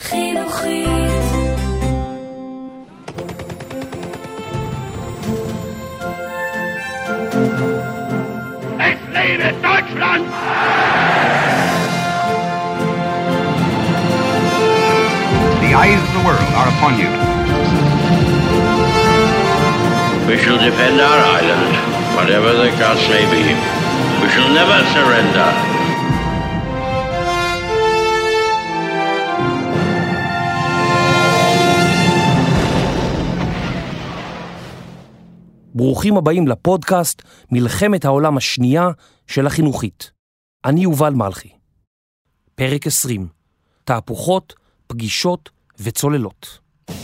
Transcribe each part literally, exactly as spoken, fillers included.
חינוכית. Es lebe Deutschland! The eyes of the world are upon you. We shall defend our island, whatever the cost may be. We shall never surrender. ברוכים הבאים לפודקאסט מלחמת העולם השנייה של החינוכית. אני יובל מלכי. פרק עשרים. תהפוכות, פגישות וצוללות.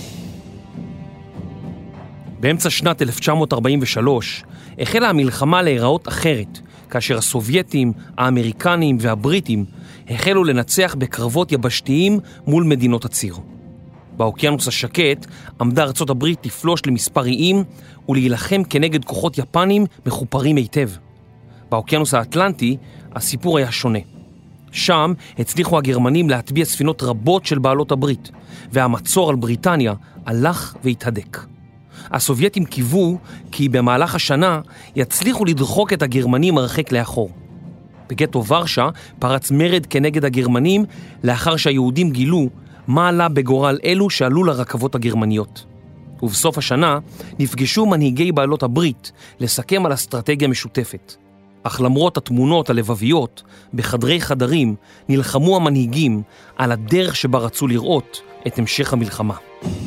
באמצע שנת אלף תשע מאות ארבעים ושלוש החלה המלחמה להיראות אחרת, כאשר הסובייטים, האמריקנים והבריטים החלו לנצח בקרבות יבשתיים מול מדינות הציר. באוקיינוס השקט עמדה ארצות הברית לפלוש למספר איים ולהילחם כנגד כוחות יפנים מחופרים היטב. באוקיינוס האטלנטי הסיפור היה שונה. שם הצליחו הגרמנים להטביע ספינות רבות של בעלות הברית, והמצור על בריטניה הלך והתהדק. הסובייטים קיוו כי במהלך השנה יצליחו לדחוק את הגרמנים הרחק לאחור. בגטו ורשה פרץ מרד כנגד הגרמנים לאחר שהיהודים גילו מה עלה בגורל אלו שעלו לרכבות הגרמניות. ובסוף השנה נפגשו מנהיגי בעלות הברית לסכם על אסטרטגיה משותפת. אך למרות התמונות הלבביות, בחדרי חדרים נלחמו המנהיגים על הדרך שבה רצו לראות את המשך המלחמה.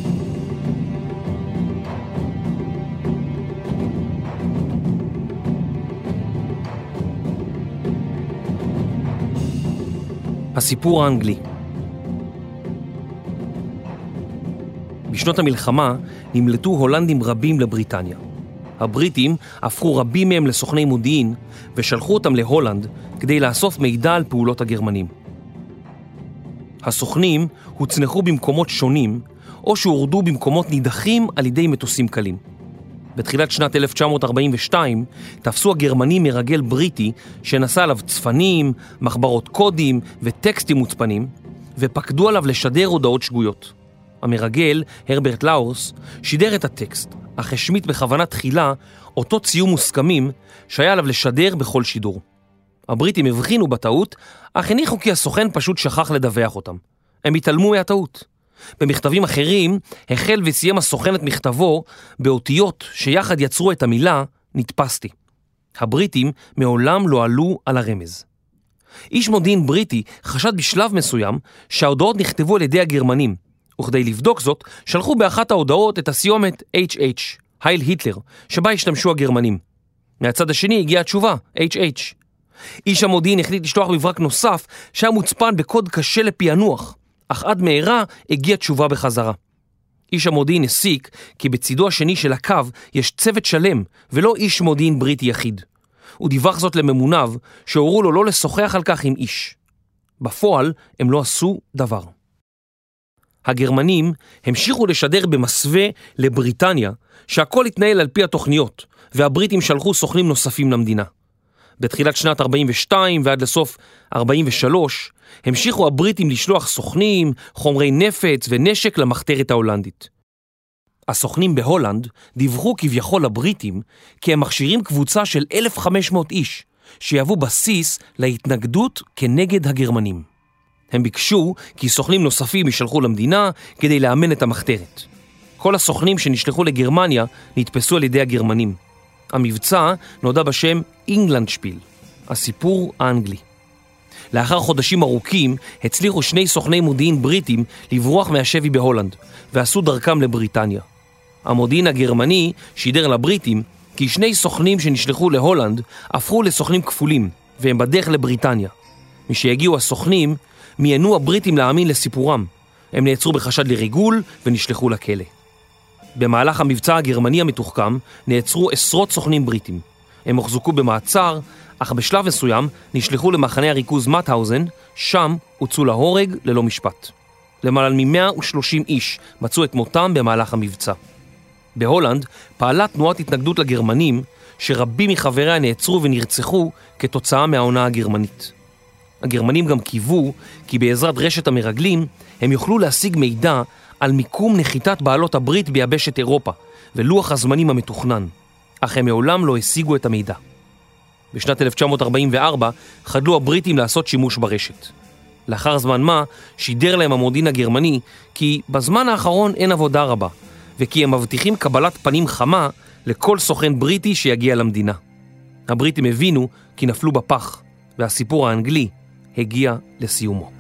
הסיפור האנגלי. בשנות המלחמה נמלטו הולנדים רבים לבריטניה. הבריטים הפכו רבים מהם לסוכני מודיעין ושלחו אותם להולנד כדי לאסוף מידע על פעולות הגרמנים. הסוכנים הוצנחו במקומות שונים או שהורדו במקומות נידחים על ידי מטוסים קלים. בתחילת שנת אלף תשע מאות ארבעים ושתיים תפסו הגרמנים מרגל בריטי שנשא עליו צפנים, מחברות קודים וטקסטים מוצפנים ופקדו עליו לשדר הודעות שגויות. המרגל, הרברט לאורס, שידר את הטקסט, אך השמיט בכוונה תחילה אותו ציום מוסכמים שהיה עליו לשדר בכל שידור. הבריטים הבחינו בטעות, אך הניחו כי הסוכן פשוט שכח לדווח אותם. הם התעלמו מהטעות. במכתבים אחרים החל וסיים הסוכן את מכתבו באותיות שיחד יצרו את המילה נתפסתי. הבריטים מעולם לא עלו על הרמז. איש מודיעין בריטי חשד בשלב מסוים שההודעות נכתבו על ידי הגרמנים, וכדי לבדוק זאת שלחו באחת ההודעות את הסיומת אייץ' אייץ', הייל היטלר, שבה השתמשו הגרמנים. מהצד השני הגיעה התשובה אייץ' אייץ'. איש המודיעין החליט לשלוח מברק נוסף שהיה מוצפן בקוד קשה לפענוח, אך עד מהרה הגיעה תשובה בחזרה. איש המודיעין הסיק כי בצידו השני של הקו יש צוות שלם ולא איש מודיעין בריטי יחיד. הוא דיווח זאת לממוניו שהורו לו לא לשוחח על כך עם איש. בפועל הם לא עשו דבר. הגרמנים המשיכו לשדר במסווה לבריטניה שהכל התנהל על פי התוכניות, והבריטים שלחו סוכנים נוספים למדינה. בתחילת שנת ארבעים ושתיים ועד לסוף ארבעים ושלוש המשיכו הבריטים לשלוח סוכנים, חומרי נפץ ונשק למחתרת ההולנדית. הסוכנים בהולנד דיווחו כביכול לבריטים כי הם מכשירים קבוצה של אלף וחמש מאות איש שיהוו בסיס להתנגדות כנגד הגרמנים. הם ביקשו כי סוכנים נוספים ישלחו למדינה כדי לאמן את המחתרת. כל הסוכנים שנשלחו לגרמניה נתפסו על ידי הגרמנים. המבצע נודע בשם אינגלנדשפיל, הסיפור האנגלי. לאחר חודשים ארוכים הצליחו שני סוכני מודיעין בריטים לברוח מהשבי בהולנד ועשו דרכם לבריטניה. המודיעין הגרמני שידר לבריטים כי שני סוכנים שנשלחו להולנד הפכו לסוכנים כפולים והם בדרך לבריטניה. משיגיעו הסוכנים מיינו הבריטים להאמין לסיפורם. הם נעצרו בחשד לריגול ונשלחו לכלא. במהלך המבצע הגרמני המתוחכם נעצרו עשרות סוכנים בריטים. הם הוחזקו במעצר, אך בשלב מסוים נשלחו למחנה הריכוז מאטהאוזן, שם הוצאו להורג ללא משפט. למעלה מ-מאה ושלושים איש מצאו את מותם במהלך המבצע. בהולנד פעלה תנועת התנגדות לגרמנים, שרבים מחבריה נעצרו ונרצחו כתוצאה מהעונה הגרמנית. הגרמנים גם קיוו כי בעזרת רשת המרגלים הם יוכלו להשיג מידע על מיקום נחיתת בעלות הברית ביבשת אירופה ולוח הזמנים המתוכנן, אך הם מעולם לא השיגו את המידע. בשנת אלף תשע מאות ארבעים וארבע חדלו הבריטים לעשות שימוש ברשת. לאחר זמן מה שידר להם המודיעין הגרמני כי בזמן האחרון אין עבודה רבה, וכי הם מבטיחים קבלת פנים חמה לכל סוכן בריטי שיגיע למדינה. הבריטים הבינו כי נפלו בפח, והסיפור האנגלי הגיע לסיומו.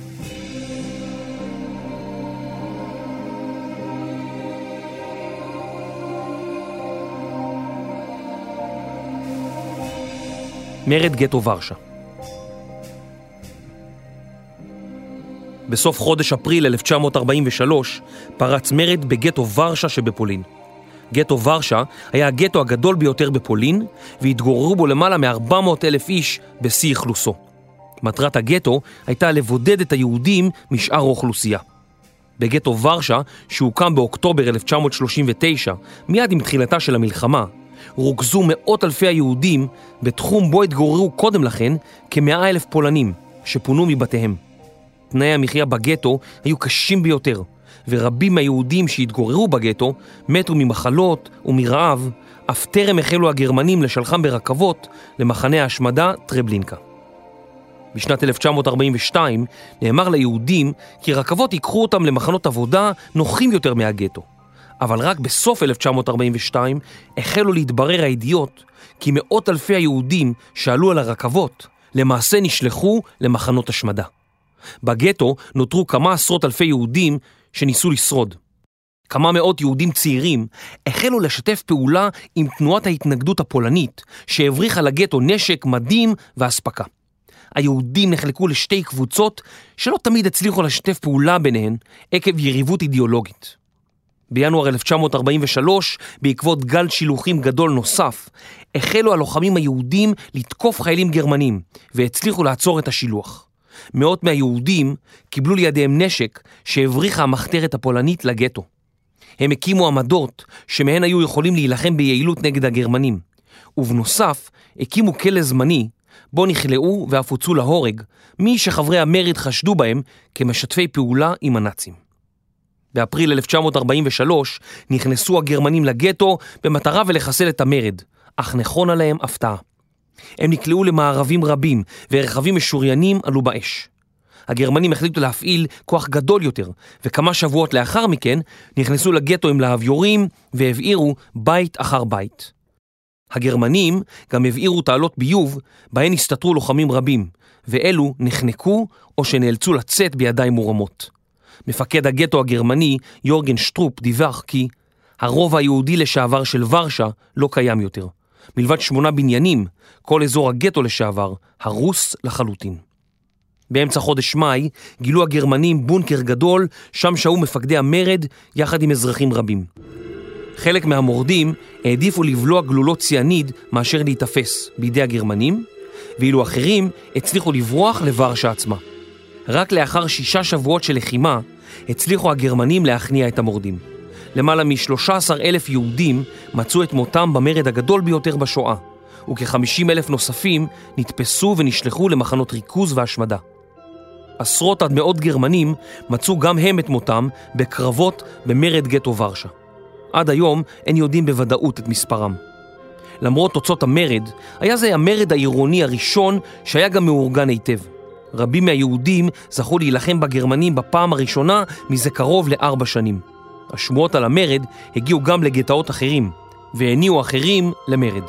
מרד גטו ורשה. בסוף חודש אפריל אלף תשע מאות ארבעים ושלוש פרץ מרד בגטו ורשה שבפולין. גטו ורשה היה הגטו הגדול ביותר בפולין, והתגוררו בו למעלה מ-ארבע מאות אלף איש בשיא אכלוסו. מטרת הגטו הייתה לבודד את היהודים משאר האוכלוסייה. בגטו ורשה, שהוקם באוקטובר אלף תשע מאות שלושים ותשע, מיד עם תחילתה של המלחמה, רוכזו מאות אלפי היהודים בתחום בו התגוררו קודם לכן כמאה אלף פולנים שפונו מבתיהם. תנאי המחיה בגטו היו קשים ביותר, ורבים מהיהודים שהתגוררו בגטו מתו ממחלות ומרעב, אף טרם החלו הגרמנים לשלחם ברכבות למחנה ההשמדה טרבלינקה. בשנת אלף תשע מאות ארבעים ושתיים נאמר ליהודים כי רכבות ייקחו אותם למחנות עבודה נוחים יותר מהגטו. אבל רק בסוף אלף תשע מאות ארבעים ושתיים החלו להתברר הידיעות כי מאות אלפי היהודים שעלו על הרכבות למעשה נשלחו למחנות השמדה. בגטו נותרו כמה עשרות אלפי יהודים שניסו לשרוד. כמה מאות יהודים צעירים החלו לשתף פעולה עם תנועת ההתנגדות הפולנית שהבריחה לגטו נשק, מדים והספקה. היהודים נחלקו לשתי קבוצות שלא תמיד הצליחו לשתף פעולה ביניהן עקב יריבות אידיאולוגית. בינואר אלף תשע מאות ארבעים ושלוש, בעקבות גל שילוחים גדול נוסף, החלו הלוחמים היהודים לתקוף חיילים גרמנים והצליחו לעצור את השילוח. מאות מהיהודים קיבלו לידיהם נשק שהבריחה המחתרת הפולנית לגטו. הם הקימו עמדות שמהן היו יכולים להילחם ביעילות נגד הגרמנים, ובנוסף הקימו כלא זמני בו נכלאו ואף הוצאו להורג מי שחברי המרד חשדו בהם כמשתפי פעולה עם הנאצים. באפריל אלף תשע מאות ארבעים ושלוש נכנסו הגרמנים לגטו במטרה ולחסל את המרד, אך נכונה להם הפתעה. הם נקלעו למערבים רבים ורכבים משוריינים עלו באש. הגרמנים החליטו להפעיל כוח גדול יותר, וכמה שבועות לאחר מכן נכנסו לגטו עם להביורים והבעירו בית אחר בית. הגרמנים גם הבעירו תעלות ביוב בהן הסתתרו לוחמים רבים, ואלו נחנקו או שנאלצו לצאת בידיים מורמות. מפקד הגטו הגרמני יורגן שטרופ דיווח כי הרובע היהודי לשעבר של ורשה לא קיים יותר. מלבד שמונה בניינים, כל אזור הגטו לשעבר הרוס לחלוטין. באמצע חודש מאי גילו הגרמנים בונקר גדול, שם שהו מפקדי המרד יחד עם אזרחים רבים. חלק מהמורדים העדיפו לבלוע גלולות ציאניד מאשר להתאפס בידי הגרמנים, ואילו אחרים הצליחו לברוח לוורשה עצמה. רק לאחר שישה שבועות של לחימה הצליחו הגרמנים להכניע את המורדים. למעלה מ-שלושה עשר אלף יהודים מצאו את מותם במרד הגדול ביותר בשואה, וכ-חמישים אלף נוספים נתפסו ונשלחו למחנות ריכוז והשמדה. עשרות עד מאות גרמנים מצאו גם הם את מותם בקרבות במרד גטו ורשה. עד היום אין יודעים בוודאות את מספרם. למרות תוצאות המרד, היה זה המרד העירוני הראשון שהיה גם מאורגן היטב. רבים מהיהודים זכו להילחם בגרמנים בפעם הראשונה מזה קרוב לארבע שנים. השמועות על המרד הגיעו גם לגטאות אחרים, והניעו אחרים למרד.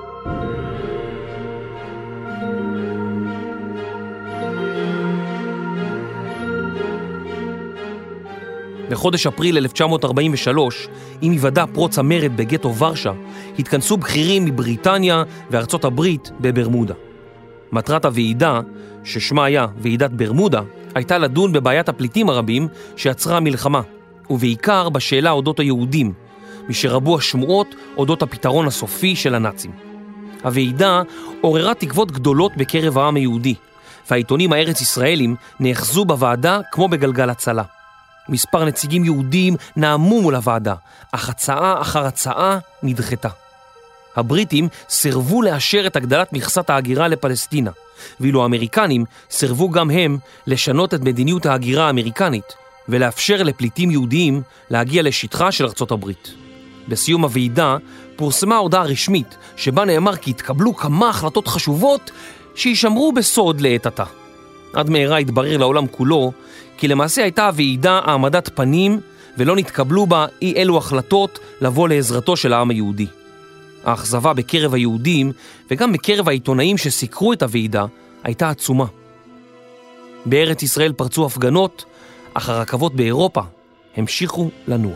בחודש אפריל אלף תשע מאות ארבעים ושלוש, עם היוודע פרוץ המרד בגטו ורשה, התכנסו בכירים מבריטניה וארצות הברית בברמודה. מטרת הוועידה, ששמה היה ועידת ברמודה, הייתה לדון בבעיית הפליטים הרבים שיצרה המלחמה, ובעיקר בשאלה אודות היהודים, משרבו השמועות אודות הפתרון הסופי של הנאצים. הוועידה עוררה תקוות גדולות בקרב העם היהודי, והעיתונים הארץ ישראלים נאחזו בוועדה כמו בגלגל הצלה. מספר נציגים יהודים נעמו מול הוועדה, אך הצעה אחר הצעה נדחתה. הבריטים סירבו לאשר את הגדלת מכסת ההגירה לפלסטינה, ואילו האמריקנים סירבו גם הם לשנות את מדיניות ההגירה האמריקנית ולאפשר לפליטים יהודיים להגיע לשטחה של ארצות הברית. בסיום הוועידה פורסמה הודעה רשמית שבה נאמר כי התקבלו כמה החלטות חשובות שישמרו בסוד לעת עתה. עד מהרה התברר לעולם כולו כי למעשה הייתה הוועידה העמדת פנים ולא נתקבלו בה אי אלו החלטות לבוא לעזרתו של העם היהודי. האכזבה בקרב היהודים וגם בקרב העיתונאים שסיקרו את הוועידה הייתה עצומה. בארץ ישראל פרצו הפגנות, אך הרכבות באירופה המשיכו לנוע.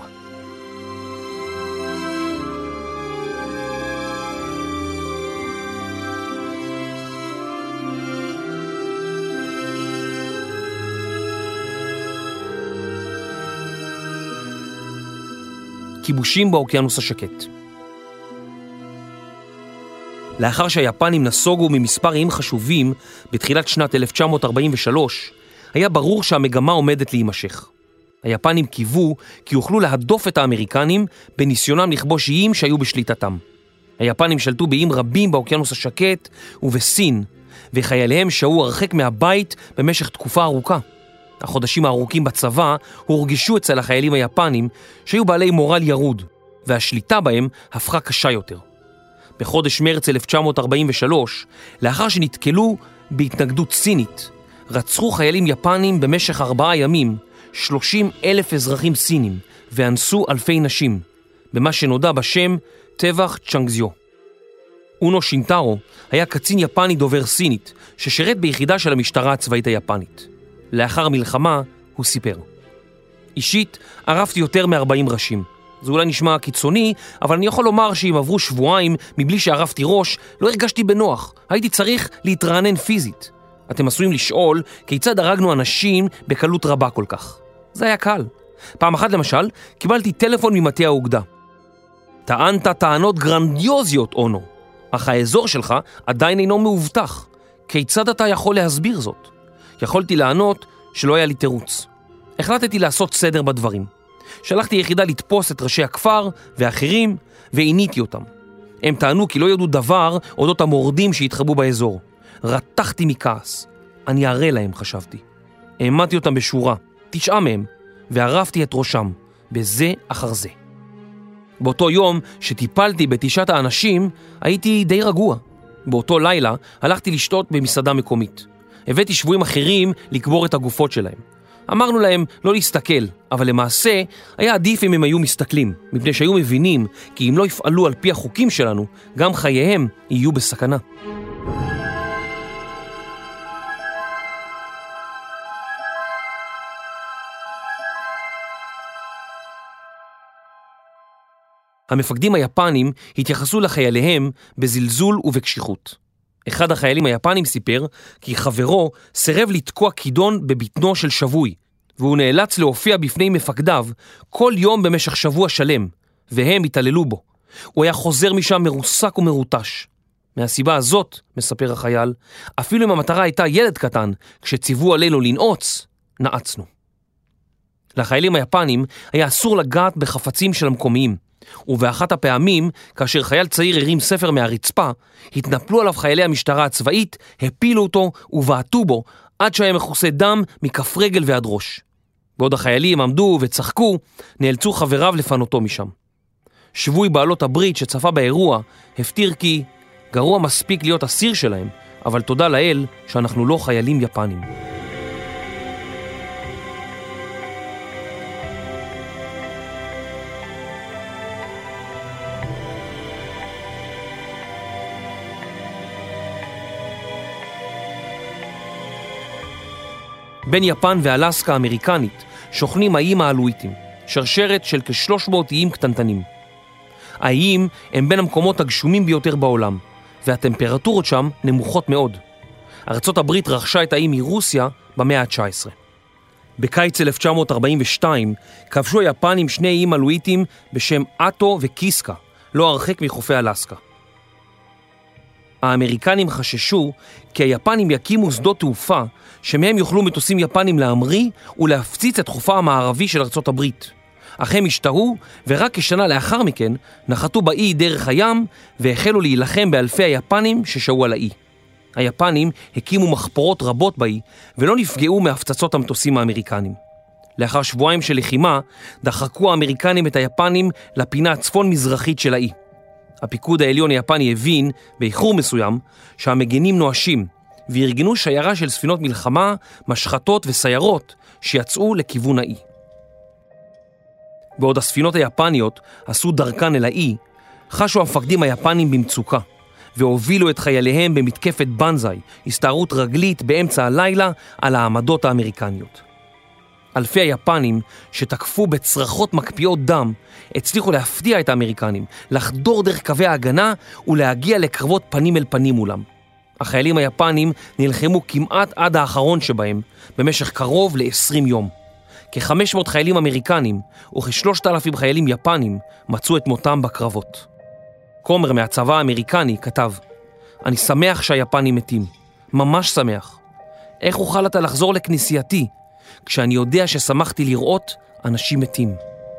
כיבושים באוקיינוס השקט. לאחר שהיפנים נסוגו ממספר איים חשובים בתחילת שנת אלף תשע מאות ארבעים ושלוש, היה ברור שהמגמה עומדת להימשך. היפנים קיוו כי יוכלו להדוף את האמריקנים בניסיונם לכבוש איים שהיו בשליטתם. היפנים שלטו באיים רבים באוקיינוס השקט ובסין, וחייליהם שהו הרחק מהבית במשך תקופה ארוכה. החודשים הארוכים בצבא הורגשו אצל החיילים היפנים שהיו בעלי מורל ירוד, והשליטה בהם הפכה קשה יותר. בחודש מרץ אלף תשע מאות ארבעים ושלוש, לאחר שנתקלו בהתנגדות סינית, רצחו חיילים יפנים במשך ארבעה ימים שלושים אלף אזרחים סינים ואנסו אלפי נשים, במה שנודע בשם טבח צ'אנגזיו. אונו שינטארו היה קצין יפני דובר סינית ששירת ביחידה של המשטרה הצבאית היפנית. לאחר המלחמה הוא סיפר: אישית ערפתי יותר מ-ארבעים ראשים. זה אולי נשמע קיצוני, אבל אני יכול לומר שאם עברו שבועיים מבלי שערפתי ראש, לא הרגשתי בנוח. הייתי צריך להתרענן פיזית. אתם עשויים לשאול כיצד הרגנו אנשים בקלות רבה כל כך. זה היה קל. פעם אחת למשל, קיבלתי טלפון ממטה האוגדה. טענת טענות גרנדיוזיות, אונו, אך האזור שלך עדיין אינו מאובטח. כיצד אתה יכול להסביר זאת? יכולתי לענות שלא היה לי תירוץ. החלטתי לעשות סדר בדברים. שלחתי יחידה לתפוס את ראשי הכפר ואחרים ועיניתי אותם. הם טענו כי לא ידעו דבר אודות המורדים שהתחבאו באזור. רתחתי מכעס. אני אראה להם, חשבתי. העמדתי אותם בשורה, תשעה מהם, וערפתי את ראשם, בזה אחר זה. באותו יום שטיפלתי בתשעת האנשים, הייתי די רגוע. באותו לילה הלכתי לשתות במסעדה מקומית. הבאתי שבויים אחרים לקבור את הגופות שלהם. אמרנו להם לא להסתכל, אבל למעשה היה עדיף אם הם היו מסתכלים, מפני שהיו מבינים כי אם לא יפעלו על פי החוקים שלנו, גם חייהם יהיו בסכנה. המפקדים היפנים התייחסו לחייליהם בזלזול ובקשיחות. אחד החיילים היפנים סיפר כי חברו סירב לתקוע כידון בבטנו של שבוי, והוא נאלץ להופיע בפני מפקדיו כל יום במשך שבוע שלם, והם התעללו בו. הוא היה חוזר משם מרוסק ומרוטש. מהסיבה הזאת, מספר החייל, אפילו אם המטרה הייתה ילד קטן, כשציוו עלינו לנעוץ, נעצנו. לחיילים היפנים היה אסור לגעת בחפצים של המקומיים, ובאחת הפעמים, כאשר חייל צעיר הרים ספר מהרצפה, התנפלו עליו חיילי המשטרה הצבאית, הפילו אותו ובעטו בו, עד שהיה מכוסה דם מכף רגל ועד ראש. בעוד החיילים עמדו וצחקו, נאלצו חבריו לפנותו משם. שבוי בעלות הברית שצפה באירוע, הפתיר כי גרוע מספיק להיות אסיר שלהם, אבל תודה לאל שאנחנו לא חיילים יפנים. בין יפן ואלסקה האמריקנית שוכנים האיים האלואיטים, שרשרת של כ-שלוש מאות איים קטנטנים. האיים הם בין המקומות הגשומים ביותר בעולם, והטמפרטורות שם נמוכות מאוד. ארצות הברית רכשה את האיים מרוסיה במאה ה-תשע עשרה. בקיץ אלף תשע מאות ארבעים ושתיים כבשו היפנים שני איים אלואיטים בשם אטו וקיסקה, לא הרחק מחופי אלסקה. האמריקנים חששו כי היפנים יקימו שדות תעופה שמהם יוכלו מטוסים יפנים להמריא ולהפציץ את חופה המערבי של ארצות הברית. אך הם השתהו, ורק כשנה לאחר מכן נחתו באי דרך הים והחלו להילחם באלפי היפנים ששהו על האי. היפנים הקימו מחפורות רבות באי ולא נפגעו מהפצצות המטוסים האמריקנים. לאחר שבועיים של לחימה דחקו האמריקנים את היפנים לפינה הצפון-מזרחית של האי. הפיקוד העליון היפני הבין באיחור מסוים שהמגנים נואשים וארגנו שיירה של ספינות מלחמה, משחטות וסיירות שיצאו לכיוון האי. בעוד הספינות היפניות עשו דרכן אל האי, חשו המפקדים היפנים במצוקה והובילו את חייליהם במתקפת בנזאי, הסתערות רגלית באמצע הלילה על העמדות האמריקניות. אלפי היפנים שתקפו בצרחות מקפיאות דם הצליחו להפתיע את האמריקנים, לחדור דרך קווי ההגנה ולהגיע לקרבות פנים אל פנים מולם. החיילים היפנים נלחמו כמעט עד האחרון שבהם במשך קרוב ל-עשרים יום. כ-חמש מאות חיילים אמריקנים וכ-שלושת אלפים חיילים יפנים מצאו את מותם בקרבות. קומר מהצבא האמריקני כתב: אני שמח שהיפנים מתים, ממש שמח. איך אוכל אתה לחזור לכנסייתי כשאני יודע ששמחתי לראות אנשים מתים?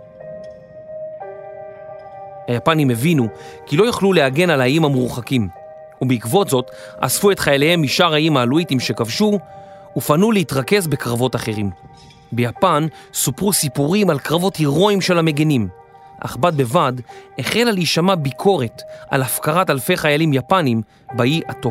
היפנים הבינו כי לא יוכלו להגן על האיים המרוחקים, ובעקבות זאת אספו את חייליהם משאר האיים האלואיטים שכבשו ופנו להתרכז בקרבות אחרים. ביפן סופרו סיפורים על קרבות הירואיים של המגנים, אך בד בבד החלה להישמע ביקורת על הפקרת אלפי חיילים יפנים באי אטו.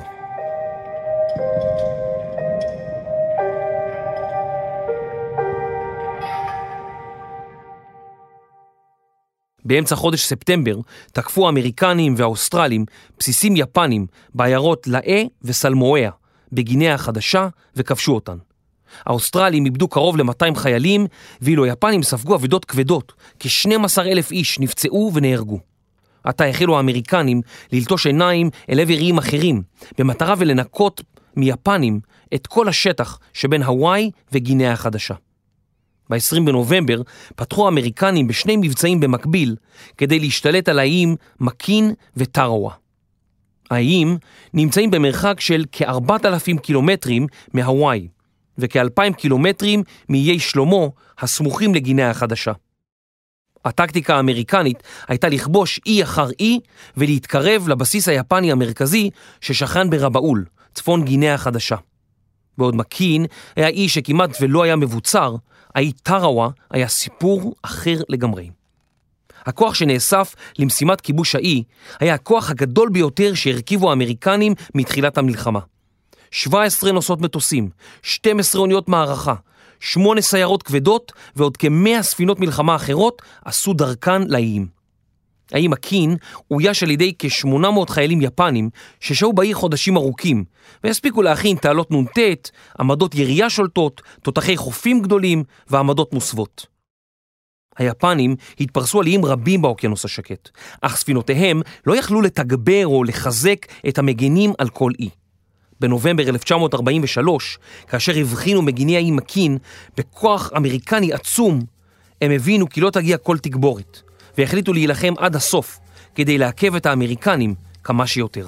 באמצע חודש ספטמבר תקפו האמריקנים והאוסטרלים בסיסים יפנים בעיירות לאe וסלמואיה בגינאה החדשה וכבשו אותן. האוסטרלים איבדו קרוב ל-מאתיים חיילים, ואילו היפנים ספגו אבדות כבדות, כ-שנים עשר אלף איש נפצעו ונהרגו. עתה החלו האמריקנים ללטוש עיניים אל עבר איים אחרים, במטרה ולנקות מיפנים את כל השטח שבין הוואי וגינאה החדשה. ב-עשרים בנובמבר פתחו האמריקנים בשני מבצעים במקביל כדי להשתלט על האיים מקין וטראווה. האיים נמצאים במרחק של כ-ארבעת אלפים קילומטרים מהוואי, וכ-אלפיים קילומטרים מאיי שלמה הסמוכים לגינאה החדשה. הטקטיקה האמריקנית הייתה לכבוש אי אחר אי ולהתקרב לבסיס היפני המרכזי ששכן ברבאול, צפון גינאה החדשה. בעוד מקין היה אי שכמעט ולא היה מבוצר, האי טראווה היה סיפור אחר לגמרי. הכוח שנאסף למשימת כיבוש האי היה הכוח הגדול ביותר שהרכיבו האמריקנים מתחילת המלחמה. שבע עשרה נוסעות מטוסים, שתים עשרה אוניות מערכה, שמונה סיירות כבדות ועוד כ-מאה ספינות מלחמה אחרות עשו דרכן לאיים. האי מקין אויש על ידי כ-שמונה מאות חיילים יפנים ששהו באי חודשים ארוכים והספיקו להכין תעלות נונטט, עמדות ירייה שולטות, תותחי חופים גדולים ועמדות מוסבות. היפנים התפרסו על איים רבים באוקיינוס השקט, אך ספינותיהם לא יכלו לתגבר או לחזק את המגנים על כל אי. בנובמבר אלף תשע מאות ארבעים ושלוש, כאשר הבחינו מגיני האי מקין בכוח אמריקני עצום, הם הבינו כי לא תגיע כל תגבורת, והחליטו להילחם עד הסוף כדי לעכב את האמריקנים כמה שיותר.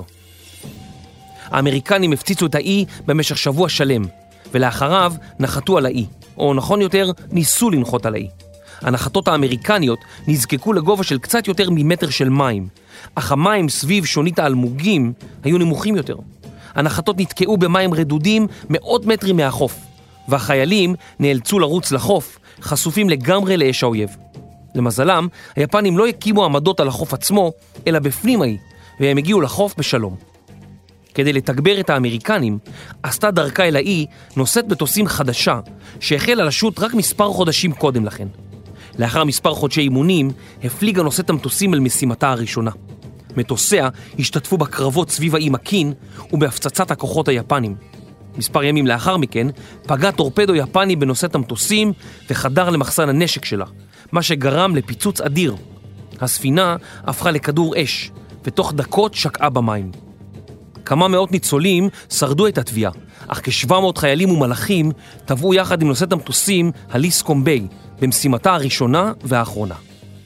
האמריקנים הפציצו את האי במשך שבוע שלם, ולאחריו נחתו על האי, או נכון יותר, ניסו לנחות על האי. הנחתות האמריקניות נזקקו לגובה של קצת יותר ממטר של מים, אך המים סביב שונית האלמוגים היו נמוכים יותר. הנחתות נתקעו במים רדודים מאות מטרים מהחוף, והחיילים נאלצו לרוץ לחוף, חשופים לגמרי לאש האויב. למזלם, היפנים לא הקימו עמדות על החוף עצמו, אלא בפנים האי, והם הגיעו לחוף בשלום. כדי לתגבר את האמריקנים, עשתה דרכה אל האי נושאת מטוסים חדשה, שהחלה לשוט רק מספר חודשים קודם לכן. לאחר מספר חודשי אימונים, הפליגה נושאת המטוסים אל משימתה הראשונה. מטוסיה השתתפו בקרבות סביב האי מקין ובהפצצת הכוחות היפנים. מספר ימים לאחר מכן פגע טורפדו יפני בנושאת המטוסים וחדר למחסן הנשק שלה, מה שגרם לפיצוץ אדיר. הספינה הפכה לכדור אש ותוך דקות שקעה במים. כמה מאות ניצולים שרדו את התביעה, אך כשבע מאות חיילים ומלאכים טבעו יחד עם נושאת המטוסים הליסקום ביי במשימתה הראשונה והאחרונה.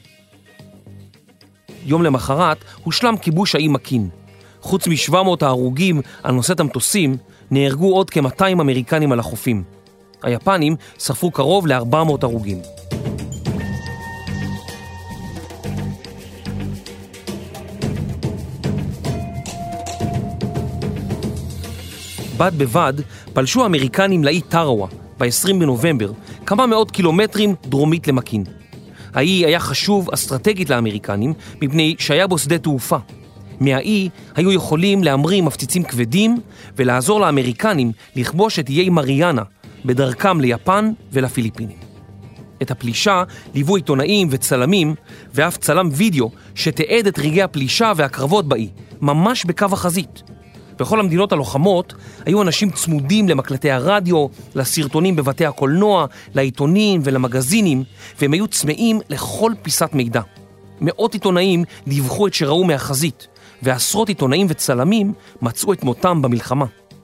יום למחרת הושלם כיבוש האי מקין. חוץ מ-שבע מאות ההרוגים על נושאת המטוסים, נהרגו עוד כ-מאתיים אמריקנים על החופים. היפנים שרפו קרוב ל-ארבע מאות הרוגים. בד בבד פלשו האמריקנים לאי טארואה ב-עשרים בנובמבר, כמה מאות קילומטרים דרומית למקין. האי היה חשוב אסטרטגית לאמריקנים מפני שהיה בו שדה תעופה. מהאי היו יכולים להמריא מפציצים כבדים ולעזור לאמריקנים לכבוש את איי מריאנה בדרכם ליפן ולפיליפינים. את הפלישה ליוו עיתונאים וצלמים ואף צלם וידאו שתיעד את רגעי הפלישה והקרבות באי, ממש בקו החזית. בכל המדינות הלוחמות היו אנשים צמודים למקלטי הרדיו, לסרטונים בבתי הקולנוע, לעיתונים ולמגזינים, והם היו צמאים לכל פיסת מידע. מאות עיתונאים דיווחו את שראו מהחזית, ועשרות עיתונאים וצלמים מצאו את מותם במלחמה.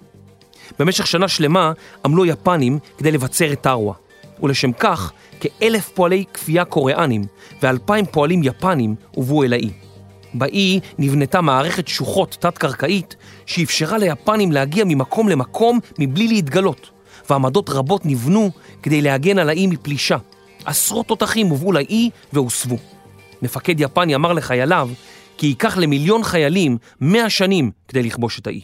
במשך שנה שלמה עמלו יפנים כדי לבצר את טארואה, ולשם כך כאלף פועלי כפייה קוריאנים ואלפיים פועלים יפנים הובאו אל האי. באי נבנתה מערכת שוחות תת-קרקעית שאפשרה ליפנים להגיע ממקום למקום מבלי להתגלות, ועמדות רבות נבנו כדי להגן על האי מפלישה. עשרות תותחים הובאו לאי והוסבו. מפקד יפני אמר לחייליו כי ייקח למיליון חיילים מאה שנים כדי לכבוש את האי.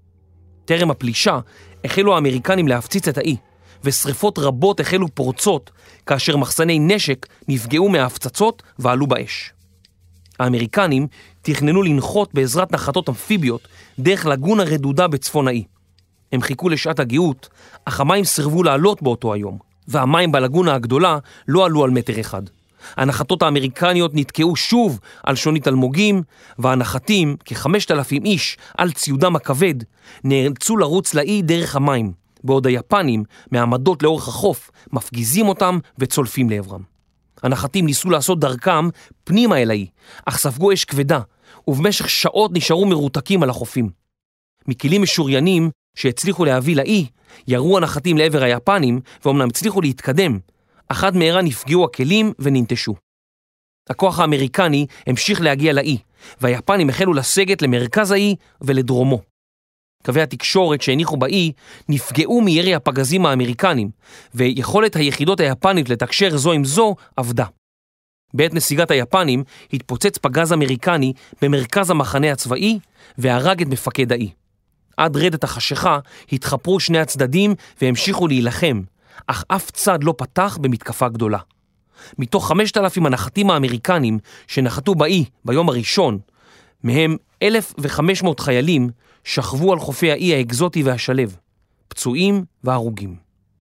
טרם הפלישה החלו האמריקנים להפציץ את האי, ושריפות רבות החלו פורצות כאשר מחסני נשק נפגעו מההפצצות ועלו באש. האמריקנים תכננו לנחות בעזרת נחתות אמפיביות דרך לגונה רדודה בצפון האי. הם חיכו לשעת הגאות, אך המים סירבו לעלות באותו היום, והמים בלגונה הגדולה לא עלו על מטר אחד. הנחתות האמריקניות נתקעו שוב על שונית אלמוגים, והנחתים, כ-חמשת אלפים איש על ציודם הכבד, נאלצו לרוץ לאי דרך המים, בעוד היפנים מעמדות לאורך החוף מפגיזים אותם וצולפים לעברם. הנחתים ניסו לעשות דרכם פנימה אל האי, אך ספגו אש כבדה, ובמשך שעות נשארו מרותקים על החופים. מכלים משוריינים שהצליחו להביא לאי, ירו הנחתים לעבר היפנים, ואומנם הצליחו להתקדם, אך עד מהרה נפגעו הכלים וננטשו. הכוח האמריקני המשיך להגיע לאי, והיפנים החלו לסגת למרכז האי ולדרומו. קווי התקשורת שהניחו באי נפגעו מירי הפגזים האמריקנים, ויכולת היחידות היפנית לתקשר זו עם זו עבדה. בעת נסיגת היפנים התפוצץ פגז אמריקני במרכז המחנה הצבאי והרג את מפקד האי. עד רדת החשיכה התחפרו שני הצדדים והמשיכו להילחם, אך אף צד לא פתח במתקפה גדולה. מתוך חמשת אלפים הנחתים האמריקנים שנחתו באי ביום הראשון, מהם אלף וחמש מאות חיילים שכבו על חופי האי האקזוטי והשלב, פצועים והרוגים.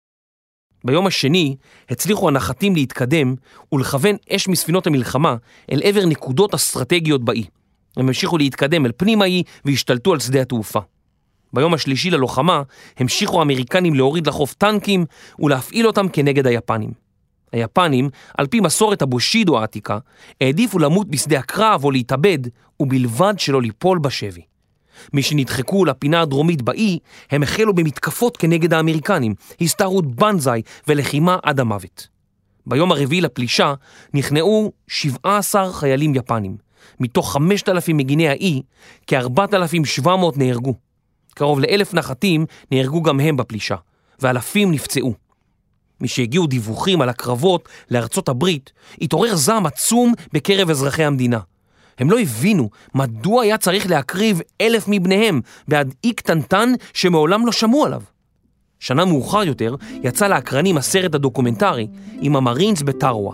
ביום השני הצליחו הנחתים להתקדם ולכוון אש מספינות המלחמה אל עבר נקודות אסטרטגיות באי. הם המשיכו להתקדם אל פנים האי והשתלטו על שדה התעופה. ביום השלישי ללוחמה המשיכו האמריקנים להוריד לחוף טנקים ולהפעיל אותם כנגד היפנים. היפנים, על פי מסורת הבושידו העתיקה, העדיפו למות בשדה הקרב או להתאבד, ובלבד שלא ליפול בשבי. מי שנדחקו לפינה הדרומית באי, הם החלו במתקפות כנגד האמריקנים, הסתערות בנזאי ולחימה עד המוות. ביום הרביעי לפלישה נכנעו שבעה עשר חיילים יפנים. מתוך חמשת אלפים מגיני האי, כ-ארבעת אלפים ושבע מאות נהרגו. קרוב לאלף נחתים נהרגו גם הם בפלישה, ואלפים נפצעו. משהגיעו דיווחים על הקרבות לארצות הברית, התעורר זעם עצום בקרב אזרחי המדינה. הם לא הבינו מדוע היה צריך להקריב אלף מבניהם בעד אי קטנטן שמעולם לא שמעו עליו. שנה מאוחר יותר יצא לאקרנים הסרט הדוקומנטרי עם המרינס בטארואה.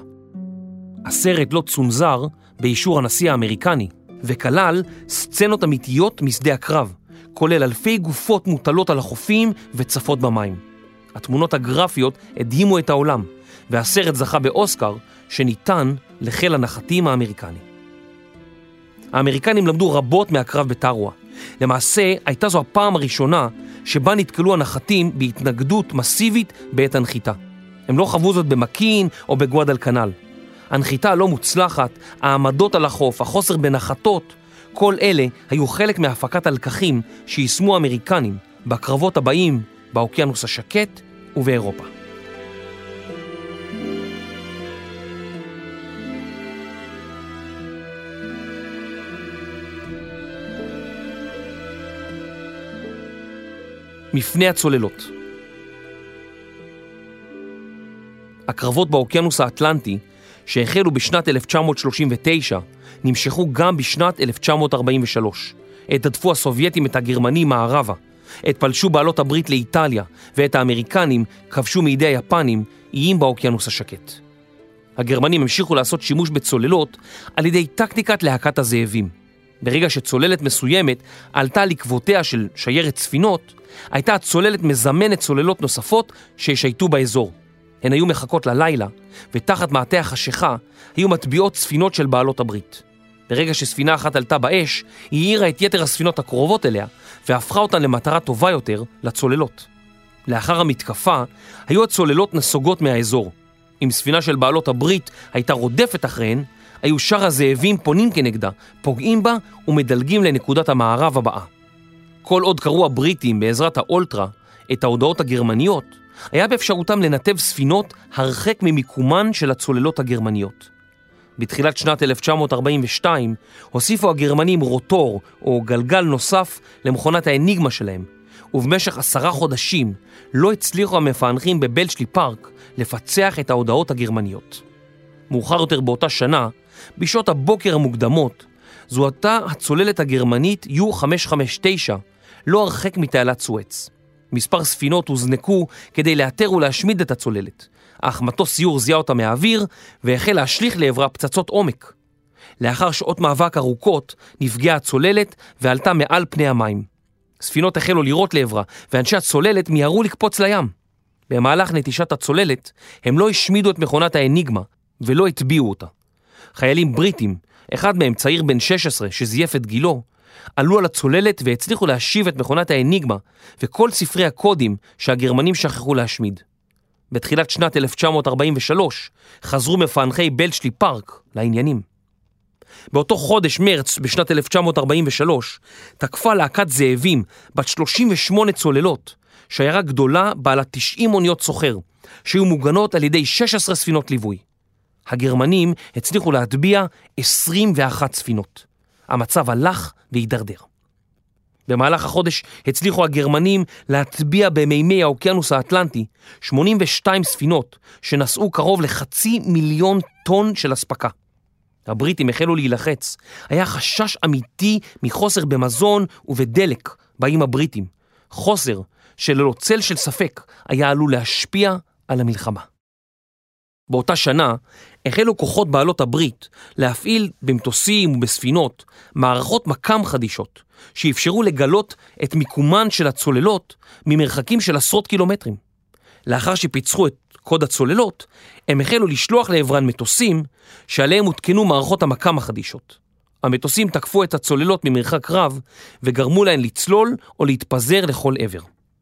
הסרט לא צונזר באישור הנשיא האמריקני, וכלל סצנות אמיתיות משדה הקרב, כולל אלפי גופות מוטלות על החופים וצפות במים. התמונות הגרפיות הדהימו את העולם, והסרט זכה באוסקר שניתן לחיל הנחתים האמריקני. האמריקנים למדו רבות מהקרב בטארואה. למעשה הייתה זו הפעם הראשונה שבה נתקלו הנחתים בהתנגדות מסיבית בעת הנחיתה. הם לא חוו זאת במקין או בגואדל קנל. הנחיתה הלא מוצלחת, העמדות על החוף, החוסר בנחתות, כל אלה היו חלק מהפקת הלקחים שיישמו האמריקנים בקרבות הבאים באוקיינוס השקט ובאירופה. מפני הצוללות. הקרבות באוקיינוס האטלנטי שהחלו בשנת אלף תשע מאות שלושים ותשע נמשכו גם בשנת אלף תשע מאות ארבעים ושלוש. התעטפו הסובייטים את הגרמנים מערבה, עת פלשו בעלות הברית לאיטליה ואת האמריקנים כבשו מידי היפנים איים באוקיינוס השקט. הגרמנים המשיכו לעשות שימוש בצוללות על ידי טקטיקת להקת הזאבים. ברגע שצוללת מסוימת עלתה לקבותיה של שיירת ספינות, הייתה הצוללת מזמנת צוללות נוספות שישייטו באזור. הן היו מחכות ללילה, ותחת מעטה החשיכה היו מטביעות ספינות של בעלות הברית. ברגע שספינה אחת עלתה באש, היא העירה את יתר הספינות הקרובות אליה, והפכה אותן למטרה טובה יותר לצוללות. לאחר המתקפה, היו הצוללות נסוגות מהאזור. אם ספינה של בעלות הברית הייתה רודפת אחריהן, היו שאר הזאבים פונים כנגדה, פוגעים בה ומדלגים לנקודת המערב הבאה. כל עוד קראו הבריטים בעזרת האולטרה את ההודעות הגרמניות, היה באפשרותם לנתב ספינות הרחק ממיקומן של הצוללות הגרמניות. בתחילת שנת אלף תשע מאות ארבעים ושתיים הוסיפו הגרמנים רוטור או גלגל נוסף למכונת האניגמה שלהם, ובמשך עשרה חודשים לא הצליחו המפענחים בבלצ'לי פארק לפצח את ההודעות הגרמניות. מאוחר יותר באותה שנה, בשעות הבוקר המוקדמות, זוהתה הצוללת הגרמנית יו חמש חמש תשע לא הרחק מתעלת סואץ. מספר ספינות הוזנקו כדי לאתר ולהשמיד את הצוללת, אך מטוס סיור זיהה אותה מהאוויר והחל להשליך לעברה פצצות עומק. לאחר שעות מאבק ארוכות נפגעה הצוללת ועלתה מעל פני המים. ספינות החלו לירות לעברה ואנשי הצוללת מיהרו לקפוץ לים. במהלך נטישת הצוללת הם לא השמידו את מכונת האניגמה ולא הטביעו אותה. חיילים בריטים, אחד מהם צעיר בן שש עשרה שזייף את גילו, עלו על הצוללת והצליחו להשיב את מכונת האניגמה וכל ספרי הקודים שהגרמנים שכחו להשמיד. בתחילת שנת אלף תשע מאות ארבעים ושלוש חזרו מפענחי בלצ'לי פארק לעניינים. באותו חודש מרץ בשנת אלף תשע מאות ארבעים ושלוש תקפה להקת זאבים בת שלושים ושמונה צוללות, שיירה גדולה בעלת תשעים אוניות סוחר, שהיו מוגנות על ידי שש עשרה ספינות ליווי. הגרמנים הצליחו להטביע עשרים ואחת ספינות. המצב הלך והידרדר. במהלך החודש הצליחו הגרמנים להטביע במימי האוקיינוס האטלנטי שמונים ושתיים ספינות שנשאו קרוב לחצי מיליון טון של הספקה. הבריטים החלו להילחץ. היה חשש אמיתי מחוסר במזון ובדלק באיים הבריטים. חוסר שללא צל של ספק היה עלול להשפיע על המלחמה. באותה שנה החלו כוחות בעלות הברית להפעיל במטוסים ובספינות מערכות מקם חדישות שאפשרו לגלות את מיקומן של הצוללות ממרחקים של עשרות קילומטרים. לאחר שפיצחו את קוד הצוללות, הם החלו לשלוח לעברן מטוסים שעליהם הותקנו מערכות המקם החדישות. המטוסים תקפו את הצוללות ממרחק רב וגרמו להן לצלול או להתפזר לכל עבר.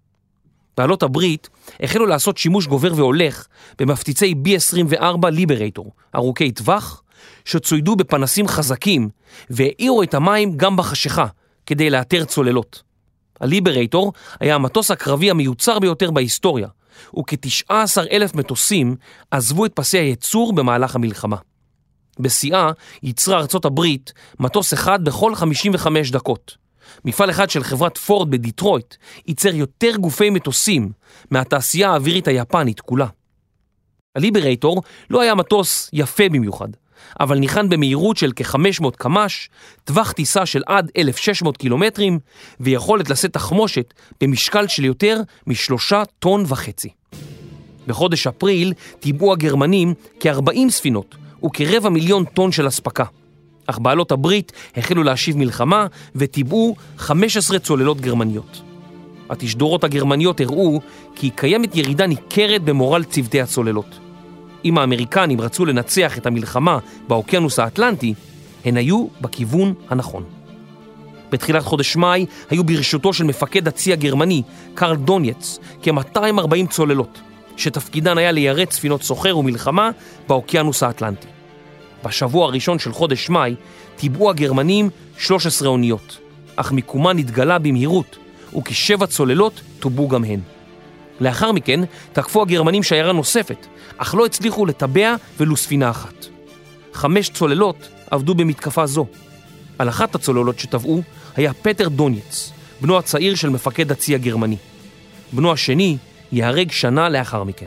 בעלות הברית החלו לעשות שימוש גובר והולך במפציצי בי עשרים וארבע ליברייטור, ארוכי טווח, שצוידו בפנסים חזקים והאירו את המים גם בחשיכה כדי לאתר צוללות. הליברייטור היה המטוס הקרבי המיוצר ביותר בהיסטוריה, וכ-תשעה עשר אלף מטוסים עזבו את פסי הייצור במהלך המלחמה. בשיאה ייצרה ארצות הברית מטוס אחד בכל חמישים וחמש דקות. מפעל אחד של חברת פורד בדיטרויט ייצר יותר גופי מטוסים מהתעשייה האווירית היפנית כולה. הליברייטור לא היה מטוס יפה במיוחד, אבל ניחן במהירות של כ-חמש מאות קמ"ש, טווח טיסה של עד אלף ושש מאות קילומטרים, ויכולת לשאת תחמושת במשקל של יותר משלושה טון וחצי. בחודש אפריל טיבעו הגרמנים כ-ארבעים ספינות וכרבע מיליון טון של הספקה. אך בעלות הברית החלו להשיב מלחמה וטיבעו חמש עשרה צוללות גרמניות. התשדורות הגרמניות הראו כי קיימת ירידה ניכרת במורל צוותי הצוללות. אם האמריקנים רצו לנצח את המלחמה באוקיינוס האטלנטי, הן היו בכיוון הנכון. בתחילת חודש מאי היו ברשותו של מפקד הצי הגרמני, קרל דונייץ, כ-מאתיים וארבעים צוללות, שתפקידן היה ליירט ספינות סוחר ומלחמה באוקיינוס האטלנטי. בשבוע הראשון של חודש מאי טיבעו הגרמנים שלוש עשרה אוניות, אך מיקומן התגלה במהירות, וכשבע צוללות טובעו גם הן. לאחר מכן תקפו הגרמנים שיירה נוספת, אך לא הצליחו לטבע ולו ספינה אחת. חמש צוללות עבדו במתקפה זו. על אחת הצוללות שטבעו היה פטר דונייץ, בנו הצעיר של מפקד הצי הגרמני. בנו השני ייהרג שנה לאחר מכן.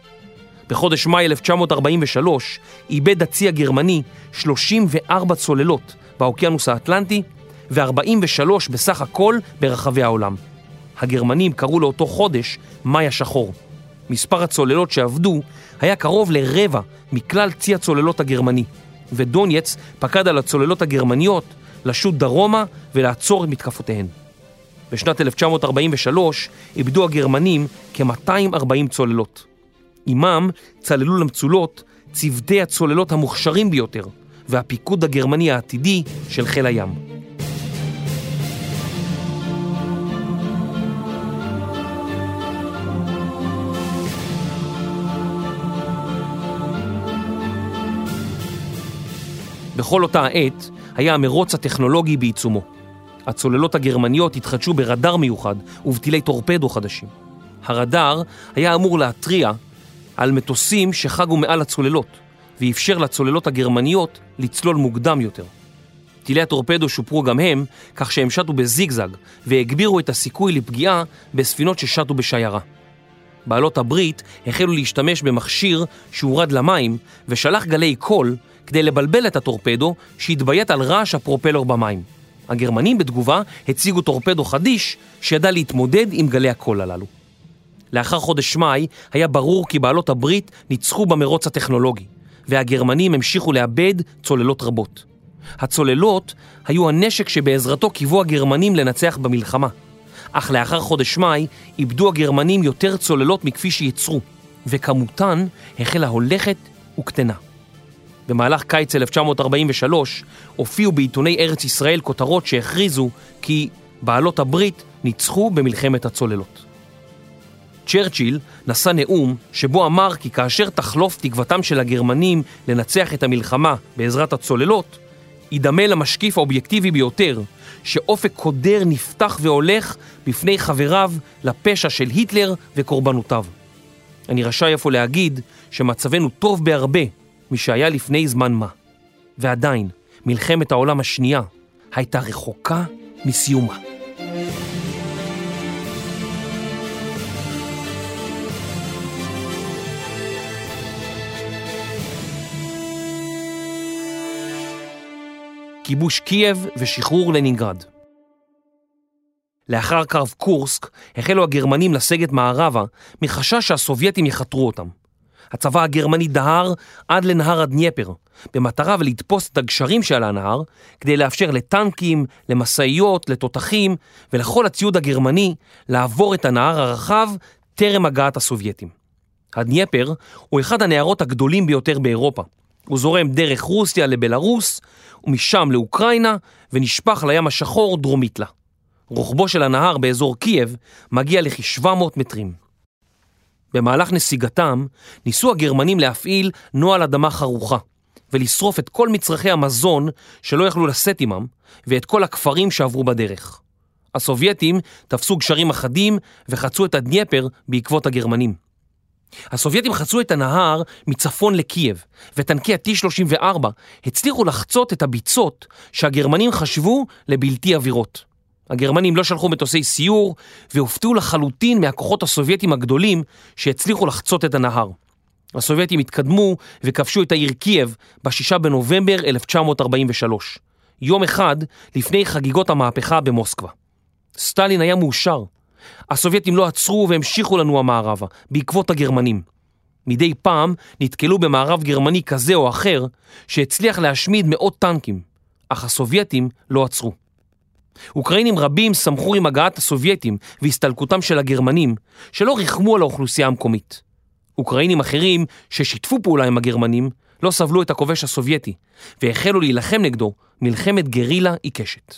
בחודש מאי אלף תשע מאות ארבעים ושלוש איבד הצי הגרמני שלושים וארבע צוללות באוקיינוס האטלנטי ו-ארבעים ושלוש בסך הכל ברחבי העולם. הגרמנים קראו לאותו חודש מאי השחור. מספר הצוללות שעבדו היה קרוב לרבע מכלל צי הצוללות הגרמני, ודונייץ פקד על הצוללות הגרמניות לשוט דרומה ולעצור את מתקפותיהן. בשנת אלף תשע מאות ארבעים ושלוש איבדו הגרמנים כ-מאתיים וארבעים צוללות. עימם צללו למצולות צוותי הצוללות המוכשרים ביותר, והפיקוד הגרמני העתידי של חיל הים. בכל אותה העת היה המרוץ הטכנולוגי בעיצומו. הצוללות הגרמניות התחדשו ברדאר מיוחד ובטילי טורפדו חדשים. הרדאר היה אמור להתריע על מטוסים שחגו מעל הצוללות, ואפשר לצוללות הגרמניות לצלול מוקדם יותר. טילי הטורפדו שופרו גם הם, כך שהם שטו בזיגזג, והגבירו את הסיכוי לפגיעה בספינות ששטו בשיירה. בעלות הברית החלו להשתמש במכשיר שהורד למים, ושלח גלי קול כדי לבלבל את הטורפדו שהתביית על רעש הפרופלר במים. הגרמנים בתגובה הציגו טורפדו חדיש שידע להתמודד עם גלי הקול הללו. לאחר חודש מאי היה ברור כי בעלות הברית ניצחו במרוץ הטכנולוגי, והגרמנים המשיכו לאבד צוללות רבות. הצוללות היו הנשק שבעזרתו קיוו הגרמנים לנצח במלחמה, אך לאחר חודש מאי איבדו הגרמנים יותר צוללות מכפי שיצרו, וכמותן החלה הולכת וקטנה. במהלך קיץ אלף תשע מאות ארבעים ושלוש הופיעו בעיתוני ארץ ישראל כותרות שהכריזו כי בעלות הברית ניצחו במלחמת הצוללות. צ'רצ'יל נשא נאום שבו אמר כי כאשר תחלוף תקוותם של הגרמנים לנצח את המלחמה בעזרת הצוללות, ידמה למשקיף האובייקטיבי ביותר שאופק קודר נפתח והולך בפני חבריו לפשע של היטלר וקורבנותיו. אני רשאי אפוא להגיד שמצבנו טוב בהרבה משהיה לפני זמן מה, ועדיין מלחמת העולם השנייה הייתה רחוקה מסיומה. כיבוש קייב ושחרור לנינגרד. לאחר קרב קורסק החלו הגרמנים לסגת מערבה מחשש שהסובייטים יחתרו אותם. הצבא הגרמני דהר עד לנהר הדניפר, במטרה ולתפוס את הגשרים שעל הנהר, כדי לאפשר לטנקים, למסעיות, לתותחים ולכל הציוד הגרמני לעבור את הנהר הרחב טרם הגעת הסובייטים. הדניפר הוא אחד הנהרות הגדולים ביותר באירופה. הוא זורם דרך רוסיה לבלרוס, ומשם לאוקראינה, ונשפך לים השחור דרומית לה. רוחבו של הנהר באזור קייב מגיע לכ-שבע מאות מטרים. במהלך נסיגתם ניסו הגרמנים להפעיל נוהל אדמה חרוכה, ולשרוף את כל מצרכי המזון שלא יכלו לשאת עמם, ואת כל הכפרים שעברו בדרך. הסובייטים תפסו גשרים אחדים וחצו את הדניפר בעקבות הגרמנים. הסובייטים חצו את הנהר מצפון לקייב, וטנקי ה-טי שלושים וארבע הצליחו לחצות את הביצות שהגרמנים חשבו לבלתי עבירות. הגרמנים לא שלחו מטוסי סיור, והופתעו לחלוטין מהכוחות הסובייטים הגדולים שהצליחו לחצות את הנהר. הסובייטים התקדמו וכבשו את העיר קייב בשישה בנובמבר אלף תשע מאות ארבעים ושלוש, יום אחד לפני חגיגות המהפכה במוסקבה. סטלין היה מאושר. הסובייטים לא עצרו והמשיכו לנוע מערבה, בעקבות הגרמנים. מדי פעם נתקלו במערב גרמני כזה או אחר, שהצליח להשמיד מאות טנקים, אך הסובייטים לא עצרו. אוקראינים רבים שמחו עם הגעת הסובייטים והסתלקותם של הגרמנים, שלא רחמו על האוכלוסייה המקומית. אוקראינים אחרים ששיתפו פעולה עם הגרמנים, לא סבלו את הכובש הסובייטי, והחלו להילחם נגדו מלחמת גרילה עיקשת.